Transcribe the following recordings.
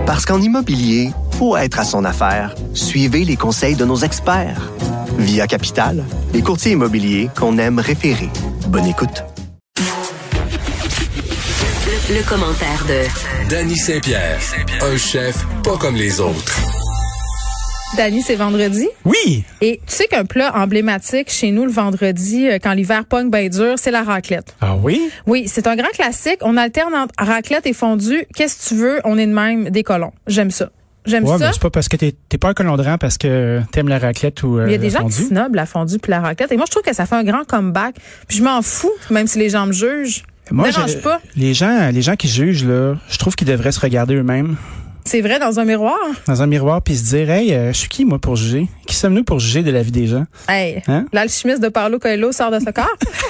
Parce qu'en immobilier, faut être à son affaire. Suivez les conseils de nos experts. Via Capital, les courtiers immobiliers qu'on aime référer. Bonne écoute. Le commentaire de Dany Saint-Pierre, un chef pas comme les autres. Dany, c'est vendredi. Oui. Et tu sais qu'un plat emblématique chez nous le vendredi, quand l'hiver pogne bien dur, c'est la raclette. Ah oui? Oui, c'est un grand classique. On alterne entre raclette et fondue. Qu'est-ce que tu veux? On est de même des colons. J'aime ça. J'aime ça. Mais c'est pas parce que t'es pas un colon de rang parce que t'aimes la raclette ou il y a des gens fondue. qui snobent la fondue puis la raclette. Et moi, je trouve que ça fait un grand comeback. Puis je m'en fous, même si les gens me jugent. Moi, dérange pas. Les gens qui jugent, là, je trouve qu'ils devraient se regarder eux-mêmes. C'est vrai, dans un miroir. Dans un miroir, puis se dire, hey, je suis qui, moi, pour juger? Qui sommes-nous pour juger de la vie des gens? Hey, hein? L'alchimiste de Paulo Coelho sort de ce corps.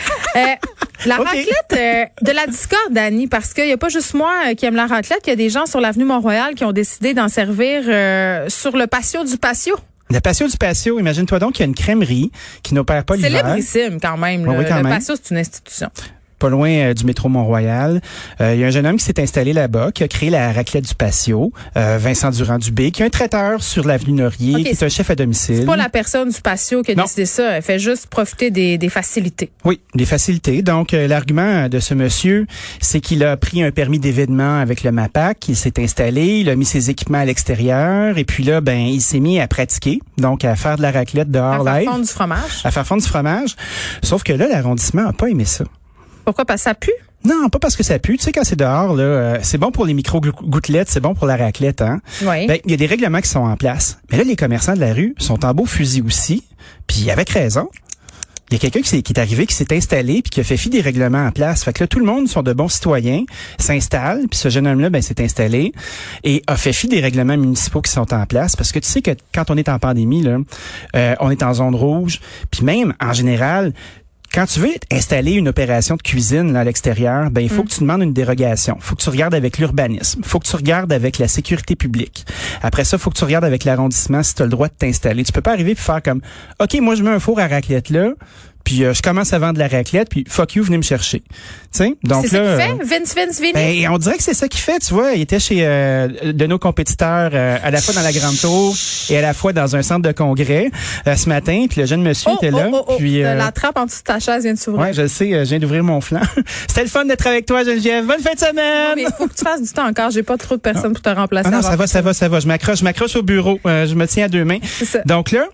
La raclette, de la discorde, Dany, parce qu'il n'y a pas juste moi qui aime la raclette, il y a des gens sur l'avenue Mont-Royal qui ont décidé d'en servir sur le patio du patio. Le patio du patio, imagine-toi donc qu'il y a une crèmerie qui n'opère pas l'hiver. Célébrissime quand même. Oui, quand le même. patio, c'est une institution. Pas loin du métro Mont-Royal. Il y a un jeune homme qui s'est installé là-bas, qui a créé la raclette du patio, Vincent Durand-Dubé, qui est un traiteur sur l'avenue Laurier, qui est un chef à domicile. C'est pas la personne du patio qui a décidé ça. Elle fait juste profiter des facilités. Oui, des facilités. Donc, l'argument de ce monsieur, c'est qu'il a pris un permis d'événement avec le MAPAC, il s'est installé, il a mis ses équipements à l'extérieur, et puis là, il s'est mis à pratiquer, donc à faire de la raclette dehors live. À faire fondre du fromage. À faire fondre du fromage. Sauf que là, l'arrondissement a pas aimé ça. Pourquoi? Parce que ça pue? Non, pas parce que ça pue. Tu sais, quand c'est dehors, là, c'est bon pour les micro-gouttelettes, c'est bon pour la raclette, hein. Oui. Il y a des règlements qui sont en place. Mais là, les commerçants de la rue sont en beau fusil aussi, puis avec raison. Il y a quelqu'un qui est arrivé, qui s'est installé, puis qui a fait fi des règlements en place. Fait que là, tout le monde sont de bons citoyens, s'installe, puis ce jeune homme-là, s'est installé et a fait fi des règlements municipaux qui sont en place. Parce que tu sais que quand on est en pandémie, là, on est en zone rouge, puis même, en général, quand tu veux installer une opération de cuisine là, à l'extérieur, il faut que tu demandes une dérogation. Faut que tu regardes avec l'urbanisme. Faut que tu regardes avec la sécurité publique. Après ça, faut que tu regardes avec l'arrondissement si tu as le droit de t'installer. Tu peux pas arriver et faire comme OK, moi je mets un four à raclette là, puis je commence à vendre de la raclette, puis fuck you, venez me chercher. T'sais? Donc c'est là, ça qu'il fait? Vince Vini? On dirait que c'est ça qu'il fait, tu vois. Il était chez de nos compétiteurs à la fois dans la Grande Tour et à la fois dans un centre de congrès ce matin, puis le jeune monsieur était là. Puis la trappe en dessous de ta chaise vient de s'ouvrir. Ouais, je le sais, je viens d'ouvrir mon flanc. C'était le fun d'être avec toi, Geneviève. Bonne fin de semaine! Mais il faut que tu fasses du temps encore. J'ai pas trop de personnes pour te remplacer. Non, ça va. Je m'accroche au bureau. Je me tiens à deux mains. C'est ça. Donc là,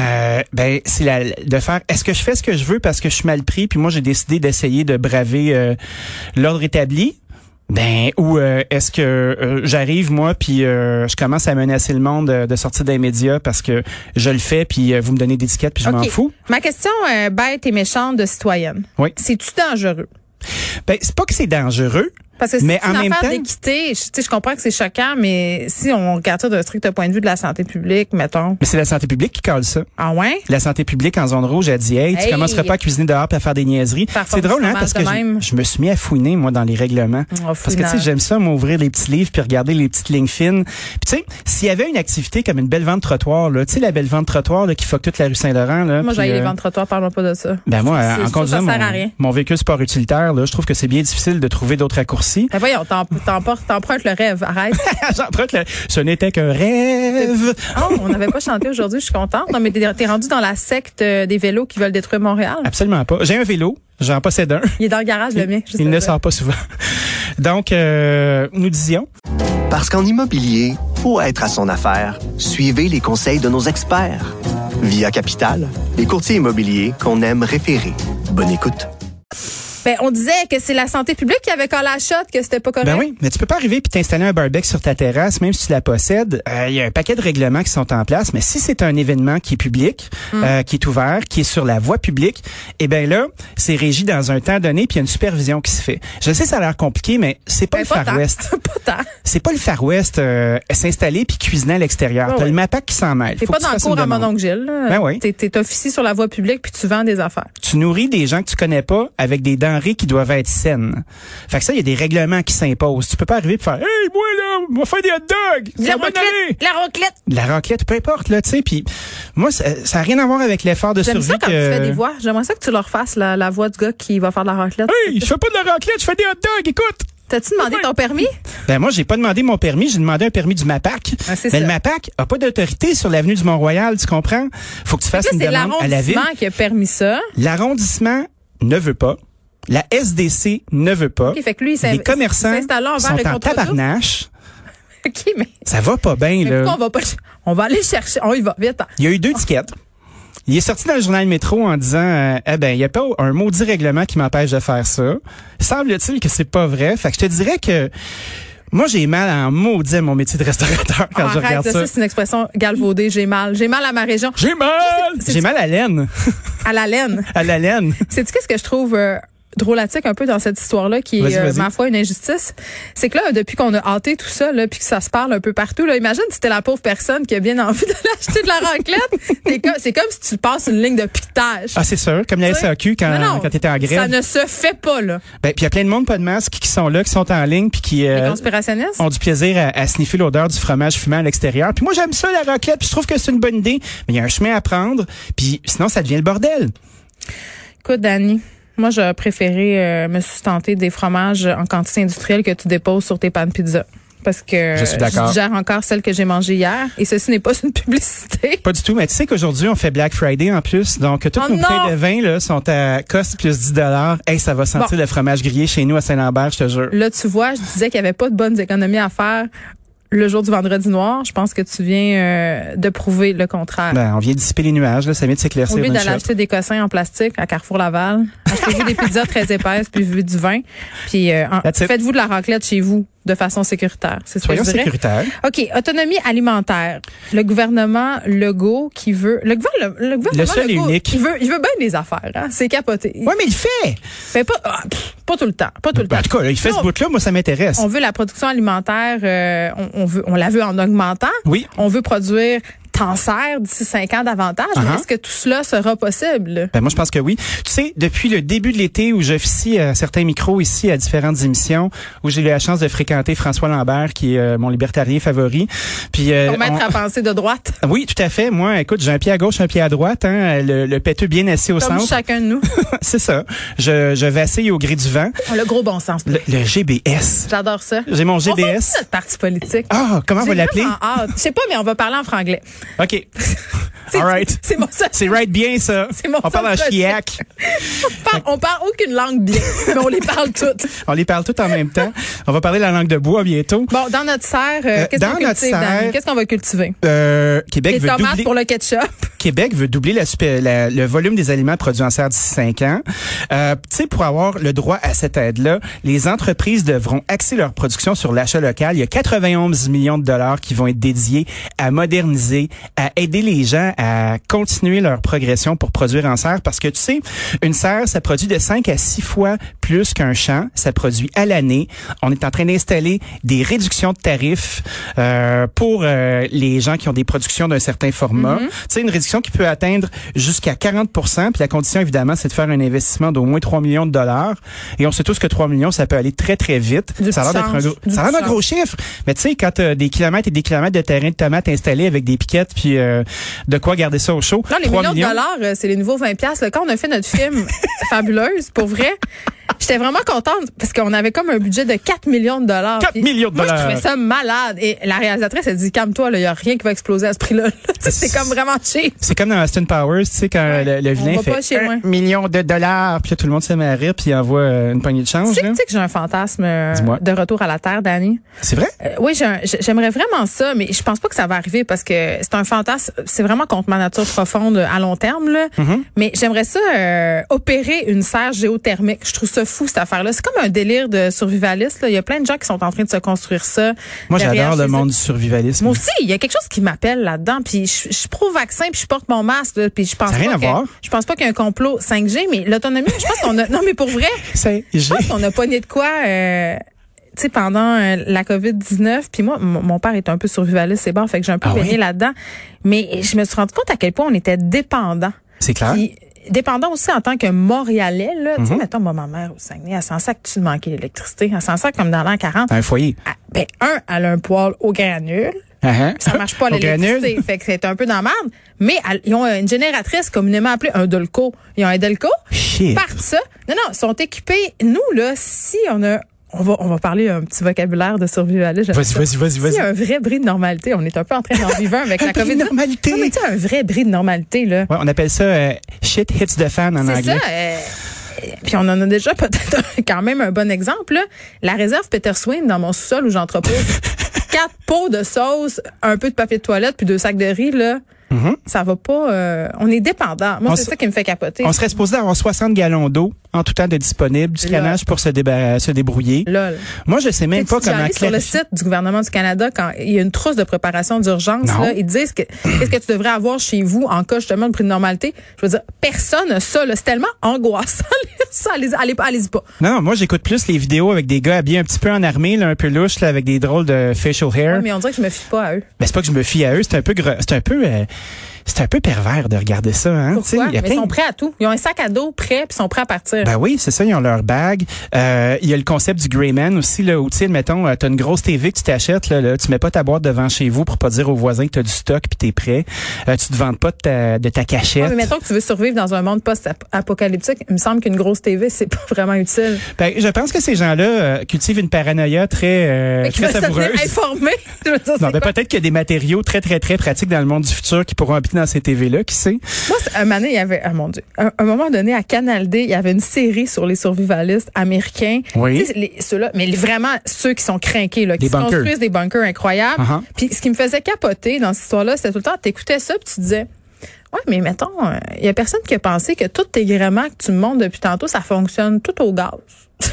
c'est de faire, est-ce que je fais ce que je veux parce que je suis mal pris, puis moi j'ai décidé d'essayer de braver l'ordre établi? Ou est-ce que j'arrive moi puis je commence à menacer le monde de sortir des médias parce que je le fais puis vous me donnez des étiquettes puis je m'en fous? Ma question bête et méchante de citoyenne. Oui. C'est-tu dangereux? C'est pas que c'est dangereux. Parce que c'est une affaire d'équité. Je comprends que c'est choquant, mais si on regarde ça d'un strict point de vue de la santé publique, mettons. Mais c'est la santé publique qui colle ça. Ah ouais? La santé publique en zone rouge a dit, tu commenceras pas à cuisiner dehors et à faire des niaiseries. C'est drôle, hein, parce que je me suis mis à fouiner, moi, dans les règlements. Parce que, tu sais, j'aime ça, m'ouvrir les petits livres puis regarder les petites lignes fines. Puis, tu sais, s'il y avait une activité comme une belle vente trottoir, là, tu sais, la belle vente trottoir, là, qui fuck toute la rue Saint-Laurent, là. Moi, j'ai les ventes trottoirs, parle-moi pas de ça. Moi, en conduisant mon véhicule sport utilitaire, là, je trouve que c'est bien difficile de trouver d'autres raccourcis. Voyons, t'empruntes le rêve, arrête. Ce n'était qu'un rêve. Oh, on n'avait pas chanté aujourd'hui, je suis contente. Non, mais t'es rendu dans la secte des vélos qui veulent détruire Montréal. Absolument pas. J'ai un vélo, j'en possède un. Il est dans le garage, le mien. Il ne sort pas souvent. Donc, nous disions. Parce qu'en immobilier, faut être à son affaire. Suivez les conseils de nos experts. Via Capital, les courtiers immobiliers qu'on aime référer. Bonne écoute. On disait que c'est la santé publique qui avait collé la shot, que c'était pas correct. Oui, mais tu peux pas arriver puis t'installer un barbecue sur ta terrasse, même si tu la possèdes. Il y a un paquet de règlements qui sont en place, mais si c'est un événement qui est public, qui est ouvert, qui est sur la voie publique, là, c'est régi dans un temps donné puis il y a une supervision qui se fait. Je sais, ça a l'air compliqué, mais c'est pas le Far West. C'est pas le Far West s'installer puis cuisiner à l'extérieur. T'as le MAPAC qui s'en mêle. T'es pas dans le cours à mon oncle Gilles. T'es officier sur la voie publique puis tu vends des affaires. Tu nourris des gens que tu connais pas avec des denrées qui doivent être saines. Fait que ça, il y a des règlements qui s'imposent. Tu peux pas arriver et faire, hey, moi, là, on va faire des hot dogs! La raclette, peu importe, là, tu sais. Puis, moi, ça a rien à voir avec l'effort de survie. J'aime ça quand tu fais des voix. J'aimerais ça que tu leur fasses la voix du gars qui va faire de la raclette. Hey, je fais pas de la raclette, je fais des hot dogs, écoute! T'as-tu demandé ton permis? Ben moi, j'ai pas demandé mon permis, j'ai demandé un permis du MAPAC. Ah, c'est Mais ça. le MAPAC a pas d'autorité sur l'avenue du Mont-Royal, tu comprends? Faut que tu fasses Là, une c'est demande à la ville. l'arrondissement qui a permis ça. L'arrondissement ne veut pas. La SDC ne veut pas. OK, fait que lui, Les commerçants s'installe là envers sont et en contre nous. tabarnache. OK, mais Ça va pas bien, mais là. pourquoi on va aller chercher? On y va, vite. Il y a eu 2 tickets. Il est sorti dans le journal Métro en disant il n'y a pas un maudit règlement qui m'empêche de faire ça. Semble-t-il que c'est pas vrai. Fait que je te dirais que moi, j'ai mal à en maudire mon métier de restaurateur quand je regarde ça. C'est une expression galvaudée. J'ai mal. J'ai mal à ma région. J'ai mal! J'ai mal à l'aine. À la laine. À la laine. Sais-tu qu'est-ce que je trouve drôlatique un peu dans cette histoire-là qui est, Vas-y. ma foi, une injustice? C'est que là, depuis qu'on a hâté tout ça, là, puis que ça se parle un peu partout, là, imagine si t'es la pauvre personne qui a bien envie de l'acheter de la raclette. C'est comme si tu passes une ligne de piquetage. Ah, c'est sûr. Comme la Tu sais? SAQ quand t'étais en grève. Ça ne se fait pas, là. Ben, puis il y a plein de monde pas de masque qui sont là, qui sont en ligne, puis qui Les conspirationnistes? ont du plaisir à sniffer l'odeur du fromage fumant à l'extérieur. Puis moi, j'aime ça, la raclette, puis je trouve que c'est une bonne idée. Mais il y a un chemin à prendre, puis sinon, ça devient le bordel. Écoute, Dani, moi, j'aurais préféré me sustenter des fromages en quantité industrielle que tu déposes sur tes pains de pizza. Parce que Je suis d'accord. digère encore celle que j'ai mangée hier. Et ceci n'est pas une publicité. Pas du tout, mais tu sais qu'aujourd'hui, on fait Black Friday en plus. Donc, toutes Oh nos non! bouteilles de vin là, sont à cost plus 10 $. Hey, ça va sentir le fromage grillé chez nous à Saint-Lambert, je te jure. Là, tu vois, je disais qu'il n'y avait pas de bonnes économies à faire le jour du vendredi noir. Je pense que tu viens de prouver le contraire. Ben, on vient dissiper les nuages, là, ça vient de s'éclaircir. Au lieu d'une d'aller shot. acheter des cossins en plastique à Carrefour Laval, achetez-vous des pizzas très épaisses puis buvez du vin. Puis That's it. faites-vous de la raclette chez vous de façon sécuritaire. C'est ce que Soyons je dirais. sécuritaires. OK, autonomie alimentaire. Le gouvernement Legault qui veut... Le gouvernement Le seul et Legault, unique. il veut bien des affaires. Hein? C'est capoté. Ouais, mais il fait. Fait pas, pas tout le temps. Pas tout le Ben, en temps. tout cas, là, il fait Non. ce bout-là, moi, ça m'intéresse. On veut la production alimentaire, on la veut en augmentant. Oui. On veut produire cancer d'ici 5 ans davantage. Mais Uh-huh. est-ce que tout cela sera possible? Ben, moi, je pense que oui. Tu sais, depuis le début de l'été où j'officie à certains micros ici à différentes émissions, où j'ai eu la chance de fréquenter François Lambert, qui est mon libertarien favori. Puis, Ton maître à penser de droite, oui, tout à fait. Moi, écoute, j'ai un pied à gauche, un pied à droite, hein, le péteux bien assis au comme centre. chacun de nous. C'est ça. Je vacille au gré du vent. On a le gros bon sens. Le GBS. J'adore ça. J'ai mon On va GBS. notre parti politique. Ah, comment on va J'ai l'appeler? vraiment hâte. Je sais pas, mais on va parler en franglais. OK. C'est- All right. C'est mon seul. C'est right bien, ça. C'est mon On parle en seul projet. chiac. On parle aucune langue bien, mais on les parle toutes. On les parle toutes en même temps. On va parler la langue de bois bientôt. Bon, dans notre serre, qu'est-ce dans qu'on notre cultive, serre, Dani? Qu'est-ce qu'on va cultiver? Québec Des veut tomates doubler. pour le ketchup. Québec veut doubler le volume des aliments produits en serre d'ici 5 ans. Tu sais, pour avoir le droit à cette aide-là, les entreprises devront axer leur production sur l'achat local. Il y a 91 millions de dollars qui vont être dédiés à moderniser, à aider les gens à continuer leur progression pour produire en serre. Parce que tu sais, une serre, ça produit de 5 à 6 fois plus qu'un champ. Ça produit à l'année. On est en train d'installer des réductions de tarifs pour les gens qui ont des productions d'un certain format. Tu sais, une réduction qui peut atteindre jusqu'à 40 %. Puis la condition, évidemment, c'est de faire un investissement d'au moins 3 millions de dollars. Et on sait tous que 3 millions, ça peut aller très, très vite. Du Ça a l'air d'être change. Du ça a l'air d'un change. gros chiffre. Mais tu sais, quand t'as des kilomètres et des kilomètres de terrain de tomates installés avec des piquettes, puis de quoi garder ça au chaud. Non, les 3 millions de dollars, c'est les nouveaux 20 $. Quand on a fait notre film Fabuleuse, pour vrai, j'étais vraiment contente parce qu'on avait comme un budget de 4 millions de dollars. 4 Puis millions de moi, dollars. je trouvais ça malade. Et la réalisatrice, elle dit, calme-toi, il y a rien qui va exploser à ce prix-là. C'est comme vraiment cheap. C'est comme dans Austin Powers, tu sais, quand le on vilain va pas fait chez 1 moi. million de dollars, puis là, tout le monde se met à rire, puis il envoie une poignée de change. Tu là. sais que j'ai un fantasme Dis-moi. de retour à la Terre, Dani. C'est vrai? Oui, j'aimerais vraiment ça, mais je pense pas que ça va arriver parce que c'est un fantasme, c'est vraiment contre ma nature profonde à long terme, là. Mm-hmm. Mais j'aimerais ça opérer une serre géothermique. Je trouve ça fou, cette affaire-là. C'est comme un délire de survivaliste, là. Il y a plein de gens qui sont en train de se construire ça. Moi, derrière j'adore le chez eux. monde du survivalisme. Moi aussi, il y a quelque chose qui m'appelle là-dedans. Puis je suis pro-vaccin, puis je porte mon masque. Là, puis je pense Ça n'a rien pas à voir. je pense pas qu'il y a un complot 5G, mais l'autonomie, je pense qu'on a. Non, mais pour vrai, je pense qu'on a pogné de quoi. Tu sais, pendant la COVID-19, puis moi, mon père est un peu survivaliste, c'est bon, fait que j'ai un peu Ah baigné oui? là-dedans. Mais je me suis rendu compte à quel point on était dépendants. C'est clair. Puis, dépendant aussi en tant que Montréalais, là. Tu sais, Mhm. mettons, moi, ma mère au Saguenay, elle s'en sert que tu manquais d'électricité. Elle s'en sert comme dans l'an 40. Un foyer. Ah, ben, elle a un poêle au granule. Uh-huh. Ça marche pas à Au granule. l'électricité. Fait que c'est un peu dans la merde. Mais ils ont une génératrice communément appelée un Delco. Ils ont un Delco. Shit. Par ça. Non, ils sont équipés. Nous, là, si on a on va parler un petit vocabulaire de survivaliste. Vas-y. Il y a un vrai bris de normalité. On est un peu en train d'en vivre avec la COVID. Normalité. Non, mais tu sais, un vrai bris de normalité, là. Ouais, on appelle ça shit hits the fan en anglais. C'est ça. Puis on en a déjà peut-être quand même un bon exemple, là. La réserve Peter Swain dans mon sous-sol où j'entrepose 4 pots de sauce, un peu de papier de toilette puis 2 sacs de riz, là. Ça va pas. On est dépendant. Moi, c'est ça qui me fait capoter. On serait supposé avoir 60 gallons d'eau en tout temps de disponible, du cannage pour se débrouiller. Lol. Moi, je sais même pas comment sur le site du gouvernement du Canada, quand il y a une trousse de préparation d'urgence, là, ils disent qu'est-ce que tu devrais avoir chez vous en cas justement de bris de normalité. Je veux dire, personne n'a ça. Là. C'est tellement angoissant. Ça, allez-y pas. Non, moi, j'écoute plus les vidéos avec des gars habillés un petit peu en armée, là, un peu louches, là, avec des drôles de facial hair. Ouais, mais on dirait que je me fie pas à eux. Ben, c'est pas que je me fie à eux, c'est un peu pervers de regarder ça, hein. Pourquoi? Mais ils sont prêts à tout. Ils ont un sac à dos prêt puis sont prêts à partir. Ben oui, c'est ça, ils ont leur bag. Il y a le concept du Greyman aussi, là, où tu sais, mettons, t'as une grosse TV que tu t'achètes, là, tu mets pas ta boîte devant chez vous pour pas dire aux voisins que t'as du stock puis t'es prêt. Tu te vantes pas de ta cachette. Ouais, mais mettons que tu veux survivre dans un monde post-apocalyptique, il me semble qu'une grosse TV, c'est pas vraiment utile. Ben, je pense que ces gens-là cultivent une paranoïa très savoureuse. Informés. Non, ben peut-être qu'il y a des matériaux très, très, très pratiques dans le monde du futur qui pourront habiter dans ces TV-là, qui sait? Moi, un moment donné, il y avait, mon Dieu, un moment donné, à Canal D, il y avait une série sur les survivalistes américains. Oui. Ceux-là, mais vraiment ceux qui sont crinqués, là, qui se construisent des bunkers incroyables. Puis ce qui me faisait capoter dans cette histoire-là, c'était tout le temps, t'écoutais ça puis tu te disais, ouais, mais mettons, il y a personne qui a pensé que tous tes gréements que tu me montres depuis tantôt, ça fonctionne tout au gaz.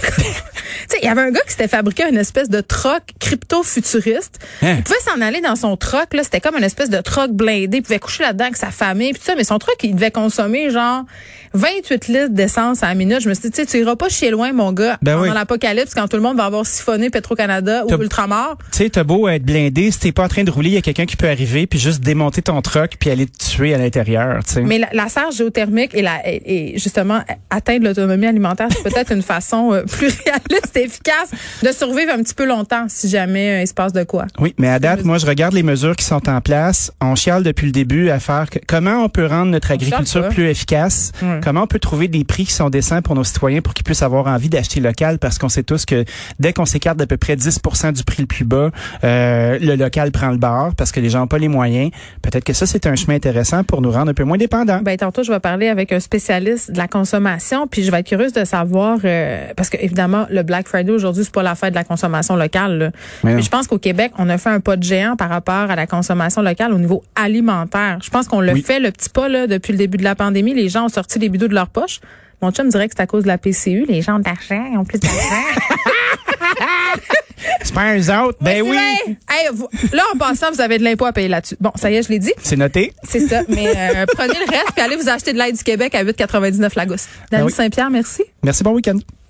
Tu sais, il y avait un gars qui s'était fabriqué une espèce de troc crypto-futuriste. Il pouvait s'en aller dans son troc, là. C'était comme une espèce de troc blindé. Il pouvait coucher là-dedans avec sa famille, puis tout ça. Mais son troc, il devait consommer, genre, 28 litres d'essence à la minute. Je me suis dit, tu sais, tu iras pas chier loin, mon gars, pendant l'apocalypse, quand tout le monde va avoir siphonné Petro-Canada ou Ultramar. Tu sais, t'as beau être blindé, si t'es pas en train de rouler, il y a quelqu'un qui peut arriver, puis juste démonter ton troc, puis aller te tuer à l'intérieur, tu sais. Mais la serre géothermique et justement, atteindre l'autonomie alimentaire, c'est peut-être une façon plus réaliste et efficace de survivre un petit peu longtemps si jamais il se passe de quoi. Oui, mais à date, moi, je regarde les mesures qui sont en place. On chiale depuis le début à faire comment on peut rendre notre agriculture plus efficace, comment on peut trouver des prix qui sont décents pour nos citoyens pour qu'ils puissent avoir envie d'acheter local, parce qu'on sait tous que dès qu'on s'écarte d'à peu près 10% du prix le plus bas, le local prend le bord parce que les gens n'ont pas les moyens. Peut-être que ça, c'est un chemin intéressant pour nous rendre un peu moins dépendants. Ben, tantôt, je vais parler avec un spécialiste de la consommation, puis je vais être curieuse de savoir, parce que évidemment, le Black Friday aujourd'hui, c'est pas la fête de la consommation locale, là. Mais je pense qu'au Québec, on a fait un pas de géant par rapport à la consommation locale au niveau alimentaire. Je pense qu'on l'a fait, le petit pas, là, depuis le début de la pandémie. Les gens ont sorti les bidoux de leur poche. Mon chum dirait que c'est à cause de la PCU. Les gens ont d'argent, ils ont plus d'argent. C'est pas eux autres. Ben oui. Hey, là, en passant, vous avez de l'impôt à payer là-dessus. Bon, ça y est, je l'ai dit. C'est noté. C'est ça. Mais prenez le reste puis allez vous acheter de l'aide du Québec à 8,99 la gousse. Dany Saint-Pierre, merci. Merci, bon week-end.